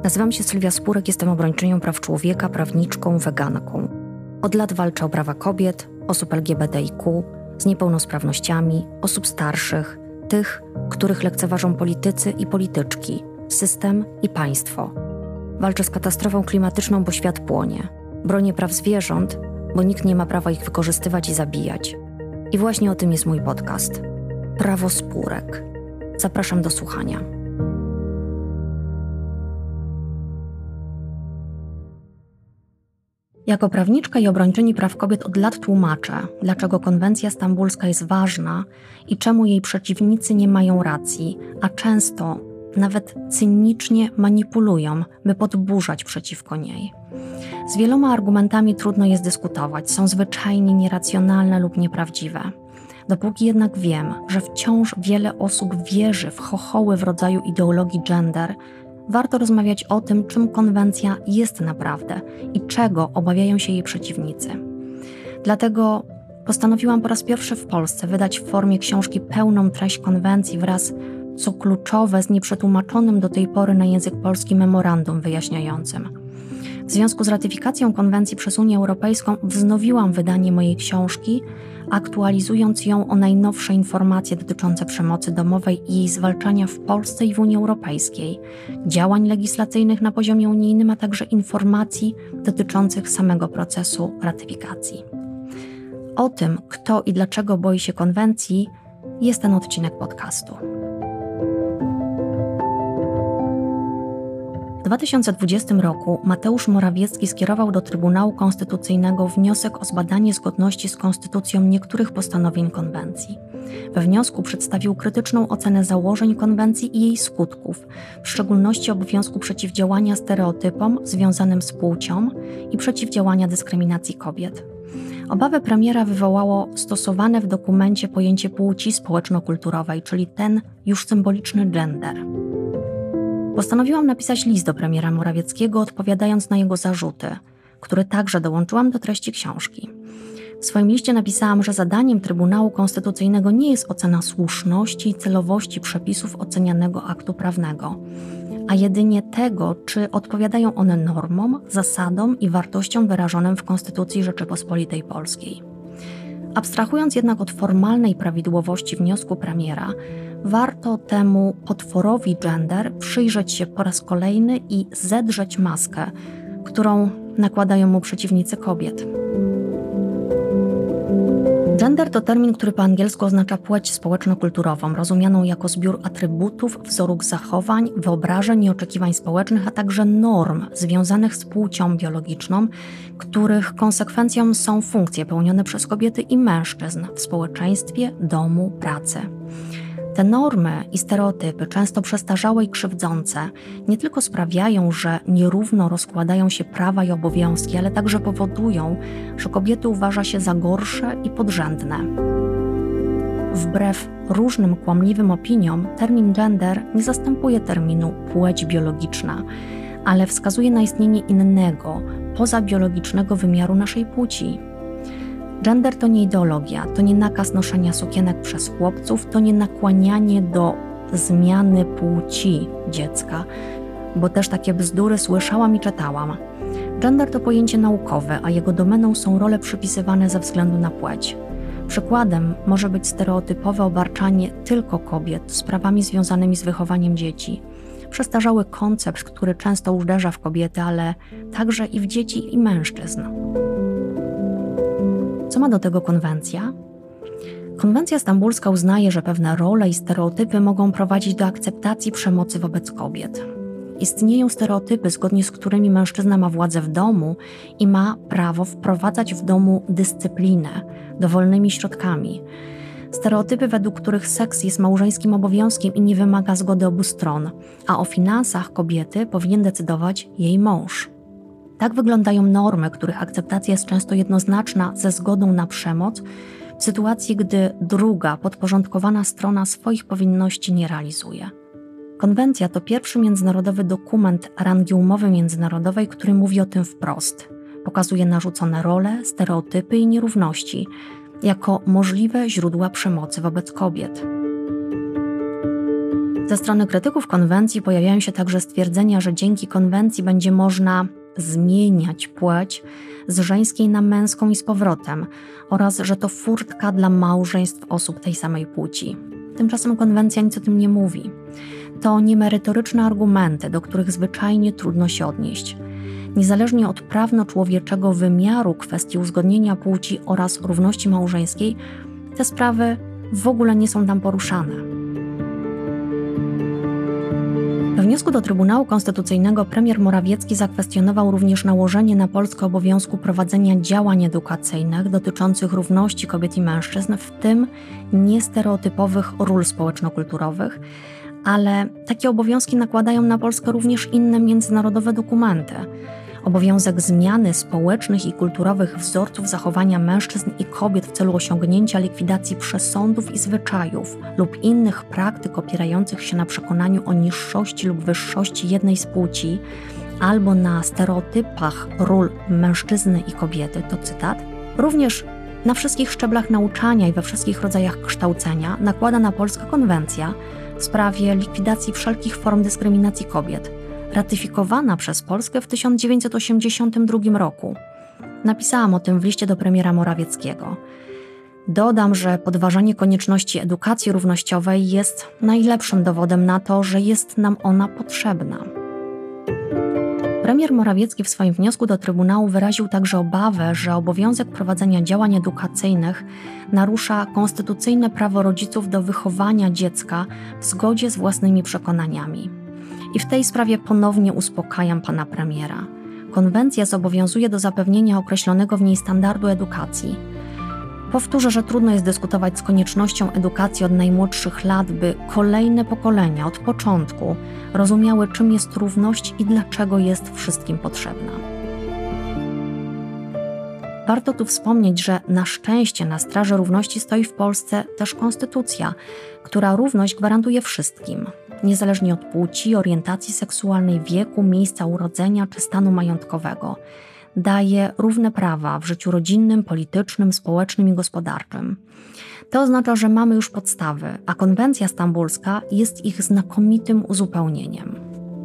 Nazywam się Sylwia Spurek, jestem obrończynią praw człowieka, prawniczką, weganką. Od lat walczę o prawa kobiet, osób LGBTIQ, z niepełnosprawnościami, osób starszych, tych, których lekceważą politycy i polityczki, system i państwo. Walczę z katastrofą klimatyczną, bo świat płonie. Bronię praw zwierząt, bo nikt nie ma prawa ich wykorzystywać i zabijać. I właśnie o tym jest mój podcast. Prawo Spurek. Zapraszam do słuchania. Jako prawniczka i obrończyni praw kobiet od lat tłumaczę, dlaczego konwencja stambulska jest ważna i czemu jej przeciwnicy nie mają racji, a często nawet cynicznie manipulują, by podburzać przeciwko niej. Z wieloma argumentami trudno jest dyskutować, są zwyczajnie nieracjonalne lub nieprawdziwe. Dopóki jednak wiem, że wciąż wiele osób wierzy w chochoły w rodzaju ideologii gender, warto rozmawiać o tym, czym konwencja jest naprawdę i czego obawiają się jej przeciwnicy. Dlatego postanowiłam po raz pierwszy w Polsce wydać w formie książki pełną treść konwencji wraz, co kluczowe, z nieprzetłumaczonym do tej pory na język polski memorandum wyjaśniającym. W związku z ratyfikacją konwencji przez Unię Europejską wznowiłam wydanie mojej książki, aktualizując ją o najnowsze informacje dotyczące przemocy domowej i jej zwalczania w Polsce i w Unii Europejskiej, działań legislacyjnych na poziomie unijnym, a także informacji dotyczących samego procesu ratyfikacji. O tym, kto i dlaczego boi się konwencji, jest ten odcinek podcastu. W 2020 roku Mateusz Morawiecki skierował do Trybunału Konstytucyjnego wniosek o zbadanie zgodności z konstytucją niektórych postanowień konwencji. We wniosku przedstawił krytyczną ocenę założeń konwencji i jej skutków, w szczególności obowiązku przeciwdziałania stereotypom związanym z płcią i przeciwdziałania dyskryminacji kobiet. Obawę premiera wywołało stosowane w dokumencie pojęcie płci społeczno-kulturowej, czyli ten już symboliczny gender. Postanowiłam napisać list do premiera Morawieckiego, odpowiadając na jego zarzuty, które także dołączyłam do treści książki. W swoim liście napisałam, że zadaniem Trybunału Konstytucyjnego nie jest ocena słuszności i celowości przepisów ocenianego aktu prawnego, a jedynie tego, czy odpowiadają one normom, zasadom i wartościom wyrażonym w Konstytucji Rzeczypospolitej Polskiej. Abstrahując jednak od formalnej prawidłowości wniosku premiera, warto temu potworowi gender przyjrzeć się po raz kolejny i zedrzeć maskę, którą nakładają mu przeciwnicy kobiet. Gender to termin, który po angielsku oznacza płeć społeczno-kulturową, rozumianą jako zbiór atrybutów, wzorów zachowań, wyobrażeń i oczekiwań społecznych, a także norm związanych z płcią biologiczną, których konsekwencją są funkcje pełnione przez kobiety i mężczyzn w społeczeństwie, domu, pracy. Te normy i stereotypy, często przestarzałe i krzywdzące, nie tylko sprawiają, że nierówno rozkładają się prawa i obowiązki, ale także powodują, że kobiety uważa się za gorsze i podrzędne. Wbrew różnym kłamliwym opiniom, termin gender nie zastępuje terminu płeć biologiczna, ale wskazuje na istnienie innego, pozabiologicznego wymiaru naszej płci. Gender to nie ideologia, to nie nakaz noszenia sukienek przez chłopców, to nie nakłanianie do zmiany płci dziecka, bo też takie bzdury słyszałam i czytałam. Gender to pojęcie naukowe, a jego domeną są role przypisywane ze względu na płeć. Przykładem może być stereotypowe obarczanie tylko kobiet sprawami związanymi z wychowaniem dzieci. Przestarzały koncept, który często uderza w kobiety, ale także i w dzieci i mężczyzn. Co ma do tego konwencja? Konwencja stambulska uznaje, że pewne role i stereotypy mogą prowadzić do akceptacji przemocy wobec kobiet. Istnieją stereotypy, zgodnie z którymi mężczyzna ma władzę w domu i ma prawo wprowadzać w domu dyscyplinę dowolnymi środkami. Stereotypy, według których seks jest małżeńskim obowiązkiem i nie wymaga zgody obu stron, a o finansach kobiety powinien decydować jej mąż. Tak wyglądają normy, których akceptacja jest często jednoznaczna ze zgodą na przemoc, w sytuacji, gdy druga, podporządkowana strona swoich powinności nie realizuje. Konwencja to pierwszy międzynarodowy dokument rangi umowy międzynarodowej, który mówi o tym wprost. Pokazuje narzucone role, stereotypy i nierówności jako możliwe źródła przemocy wobec kobiet. Ze strony krytyków konwencji pojawiają się także stwierdzenia, że dzięki konwencji będzie można zmieniać płeć z żeńskiej na męską i z powrotem oraz że to furtka dla małżeństw osób tej samej płci. Tymczasem konwencja nic o tym nie mówi. To niemerytoryczne argumenty, do których zwyczajnie trudno się odnieść. Niezależnie od prawno-człowieczego wymiaru kwestii uzgodnienia płci oraz równości małżeńskiej, te sprawy w ogóle nie są tam poruszane. W wniosku do Trybunału Konstytucyjnego premier Morawiecki zakwestionował również nałożenie na Polskę obowiązku prowadzenia działań edukacyjnych dotyczących równości kobiet i mężczyzn, w tym niestereotypowych ról społeczno-kulturowych, ale takie obowiązki nakładają na Polskę również inne międzynarodowe dokumenty. Obowiązek zmiany społecznych i kulturowych wzorców zachowania mężczyzn i kobiet w celu osiągnięcia likwidacji przesądów i zwyczajów lub innych praktyk opierających się na przekonaniu o niższości lub wyższości jednej z płci albo na stereotypach ról mężczyzny i kobiety, to cytat, również na wszystkich szczeblach nauczania i we wszystkich rodzajach kształcenia nakłada na Polskę konwencja w sprawie likwidacji wszelkich form dyskryminacji kobiet, ratyfikowana przez Polskę w 1982 roku. Napisałam o tym w liście do premiera Morawieckiego. Dodam, że podważanie konieczności edukacji równościowej jest najlepszym dowodem na to, że jest nam ona potrzebna. Premier Morawiecki w swoim wniosku do Trybunału wyraził także obawę, że obowiązek prowadzenia działań edukacyjnych narusza konstytucyjne prawo rodziców do wychowania dziecka w zgodzie z własnymi przekonaniami. I w tej sprawie ponownie uspokajam pana premiera. Konwencja zobowiązuje do zapewnienia określonego w niej standardu edukacji. Powtórzę, że trudno jest dyskutować z koniecznością edukacji od najmłodszych lat, by kolejne pokolenia od początku rozumiały, czym jest równość i dlaczego jest wszystkim potrzebna. Warto tu wspomnieć, że na szczęście na straży równości stoi w Polsce też konstytucja, która równość gwarantuje wszystkim, niezależnie od płci, orientacji seksualnej, wieku, miejsca urodzenia czy stanu majątkowego. Daje równe prawa w życiu rodzinnym, politycznym, społecznym i gospodarczym. To oznacza, że mamy już podstawy, a konwencja stambulska jest ich znakomitym uzupełnieniem.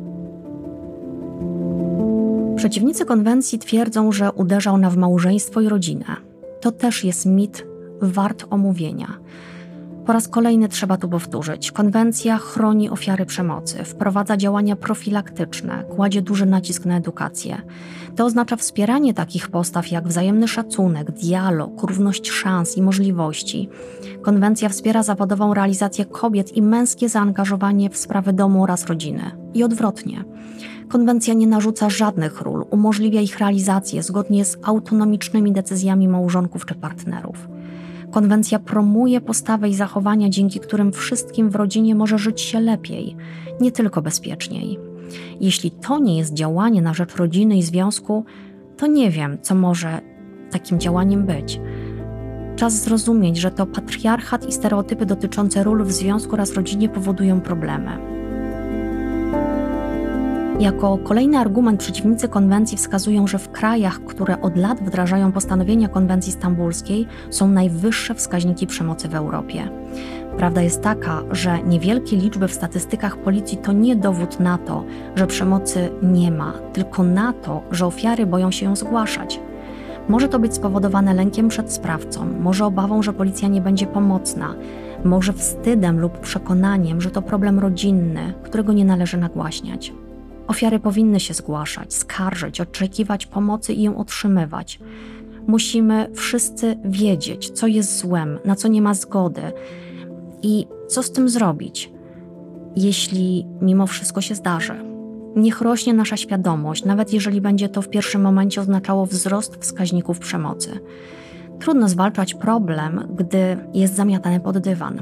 Przeciwnicy konwencji twierdzą, że uderza ona w małżeństwo i rodzinę. To też jest mit wart omówienia. Po raz kolejny trzeba tu powtórzyć. Konwencja chroni ofiary przemocy, wprowadza działania profilaktyczne, kładzie duży nacisk na edukację. To oznacza wspieranie takich postaw jak wzajemny szacunek, dialog, równość szans i możliwości. Konwencja wspiera zawodową realizację kobiet i męskie zaangażowanie w sprawy domu oraz rodziny. I odwrotnie. Konwencja nie narzuca żadnych ról, umożliwia ich realizację zgodnie z autonomicznymi decyzjami małżonków czy partnerów. Konwencja promuje postawę i zachowania, dzięki którym wszystkim w rodzinie może żyć się lepiej, nie tylko bezpieczniej. Jeśli to nie jest działanie na rzecz rodziny i związku, to nie wiem, co może takim działaniem być. Czas zrozumieć, że to patriarchat i stereotypy dotyczące ról w związku oraz rodzinie powodują problemy. Jako kolejny argument przeciwnicy konwencji wskazują, że w krajach, które od lat wdrażają postanowienia konwencji stambulskiej, są najwyższe wskaźniki przemocy w Europie. Prawda jest taka, że niewielkie liczby w statystykach policji to nie dowód na to, że przemocy nie ma, tylko na to, że ofiary boją się ją zgłaszać. Może to być spowodowane lękiem przed sprawcą, może obawą, że policja nie będzie pomocna, może wstydem lub przekonaniem, że to problem rodzinny, którego nie należy nagłaśniać. Ofiary powinny się zgłaszać, skarżyć, oczekiwać pomocy i ją otrzymywać. Musimy wszyscy wiedzieć, co jest złem, na co nie ma zgody i co z tym zrobić, jeśli mimo wszystko się zdarzy. Niech rośnie nasza świadomość, nawet jeżeli będzie to w pierwszym momencie oznaczało wzrost wskaźników przemocy. Trudno zwalczać problem, gdy jest zamiatany pod dywan.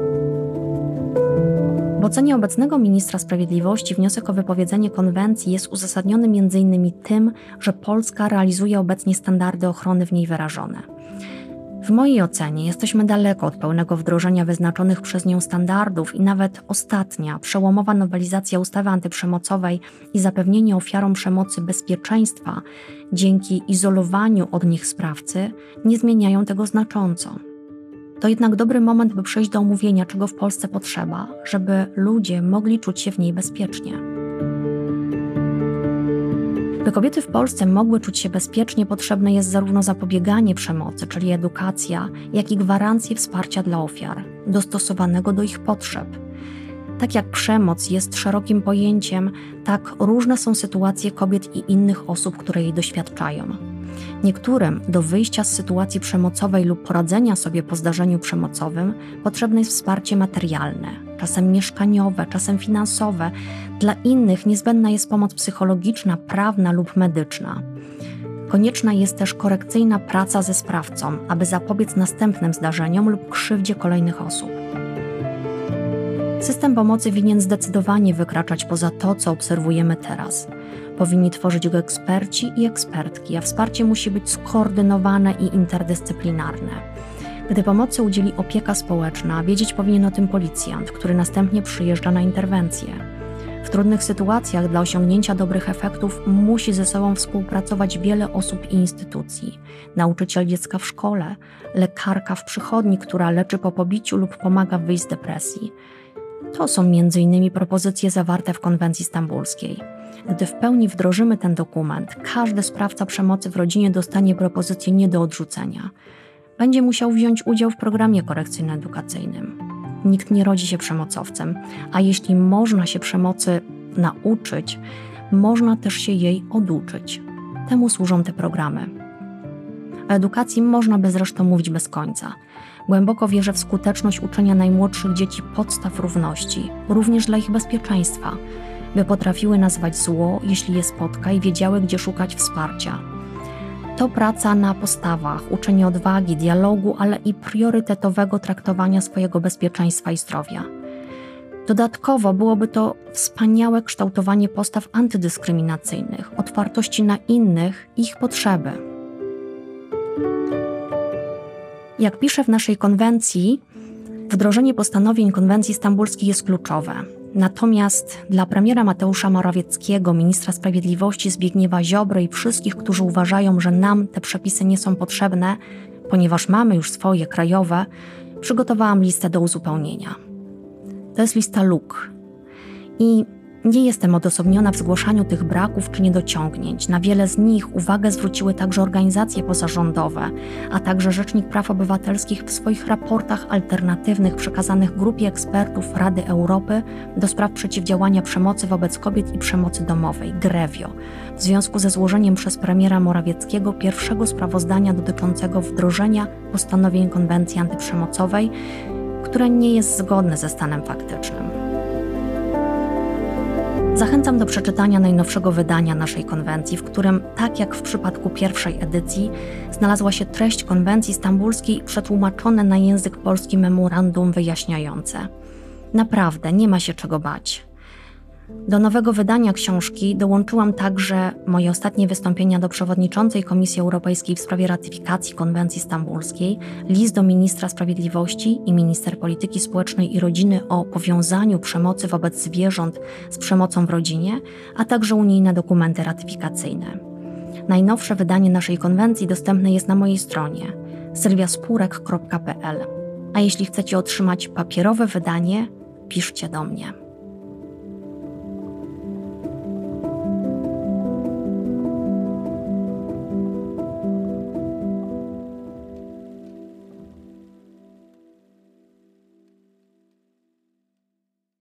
W ocenie obecnego ministra sprawiedliwości wniosek o wypowiedzenie konwencji jest uzasadniony m.in. tym, że Polska realizuje obecnie standardy ochrony w niej wyrażone. W mojej ocenie jesteśmy daleko od pełnego wdrożenia wyznaczonych przez nią standardów i nawet ostatnia, przełomowa nowelizacja ustawy antyprzemocowej i zapewnienie ofiarom przemocy bezpieczeństwa dzięki izolowaniu od nich sprawcy nie zmieniają tego znacząco. To jednak dobry moment, by przejść do omówienia, czego w Polsce potrzeba, żeby ludzie mogli czuć się w niej bezpiecznie. By kobiety w Polsce mogły czuć się bezpiecznie, potrzebne jest zarówno zapobieganie przemocy, czyli edukacja, jak i gwarancje wsparcia dla ofiar, dostosowanego do ich potrzeb. Tak jak przemoc jest szerokim pojęciem, tak różne są sytuacje kobiet i innych osób, które jej doświadczają. Niektórym do wyjścia z sytuacji przemocowej lub poradzenia sobie po zdarzeniu przemocowym potrzebne jest wsparcie materialne, czasem mieszkaniowe, czasem finansowe. Dla innych niezbędna jest pomoc psychologiczna, prawna lub medyczna. Konieczna jest też korekcyjna praca ze sprawcą, aby zapobiec następnym zdarzeniom lub krzywdzie kolejnych osób. System pomocy winien zdecydowanie wykraczać poza to, co obserwujemy teraz. Powinni tworzyć go eksperci i ekspertki, a wsparcie musi być skoordynowane i interdyscyplinarne. Gdy pomocy udzieli opieka społeczna, wiedzieć powinien o tym policjant, który następnie przyjeżdża na interwencję. W trudnych sytuacjach dla osiągnięcia dobrych efektów musi ze sobą współpracować wiele osób i instytucji. Nauczyciel dziecka w szkole, lekarka w przychodni, która leczy po pobiciu lub pomaga wyjść z depresji. To są m.in. propozycje zawarte w konwencji stambulskiej. Gdy w pełni wdrożymy ten dokument, każdy sprawca przemocy w rodzinie dostanie propozycję nie do odrzucenia. Będzie musiał wziąć udział w programie korekcyjno-edukacyjnym. Nikt nie rodzi się przemocowcem, a jeśli można się przemocy nauczyć, można też się jej oduczyć. Temu służą te programy. O edukacji można by zresztą mówić bez końca. Głęboko wierzę w skuteczność uczenia najmłodszych dzieci podstaw równości, również dla ich bezpieczeństwa, by potrafiły nazwać zło, jeśli je spotka, i wiedziały, gdzie szukać wsparcia. To praca na postawach, uczenie odwagi, dialogu, ale i priorytetowego traktowania swojego bezpieczeństwa i zdrowia. Dodatkowo byłoby to wspaniałe kształtowanie postaw antydyskryminacyjnych, otwartości na innych i ich potrzeby. Jak pisze w naszej konwencji, wdrożenie postanowień konwencji stambulskiej jest kluczowe. Natomiast dla premiera Mateusza Morawieckiego, ministra sprawiedliwości Zbigniewa Ziobry i wszystkich, którzy uważają, że nam te przepisy nie są potrzebne, ponieważ mamy już swoje krajowe, przygotowałam listę do uzupełnienia. To jest lista luk. I nie jestem odosobniona w zgłaszaniu tych braków czy niedociągnięć. Na wiele z nich uwagę zwróciły także organizacje pozarządowe, a także Rzecznik Praw Obywatelskich w swoich raportach alternatywnych przekazanych Grupie Ekspertów Rady Europy do spraw przeciwdziałania przemocy wobec kobiet i przemocy domowej, GREVIO, w związku ze złożeniem przez premiera Morawieckiego pierwszego sprawozdania dotyczącego wdrożenia postanowień konwencji antyprzemocowej, które nie jest zgodne ze stanem faktycznym. Zachęcam do przeczytania najnowszego wydania naszej konwencji, w którym, tak jak w przypadku pierwszej edycji, znalazła się treść konwencji stambulskiej i przetłumaczone na język polski memorandum wyjaśniające. Naprawdę, nie ma się czego bać. Do nowego wydania książki dołączyłam także moje ostatnie wystąpienia do przewodniczącej Komisji Europejskiej w sprawie ratyfikacji konwencji stambulskiej, list do ministra sprawiedliwości i minister polityki społecznej i rodziny o powiązaniu przemocy wobec zwierząt z przemocą w rodzinie, a także unijne dokumenty ratyfikacyjne. Najnowsze wydanie naszej konwencji dostępne jest na mojej stronie sylwiaspurek.pl. A jeśli chcecie otrzymać papierowe wydanie, piszcie do mnie.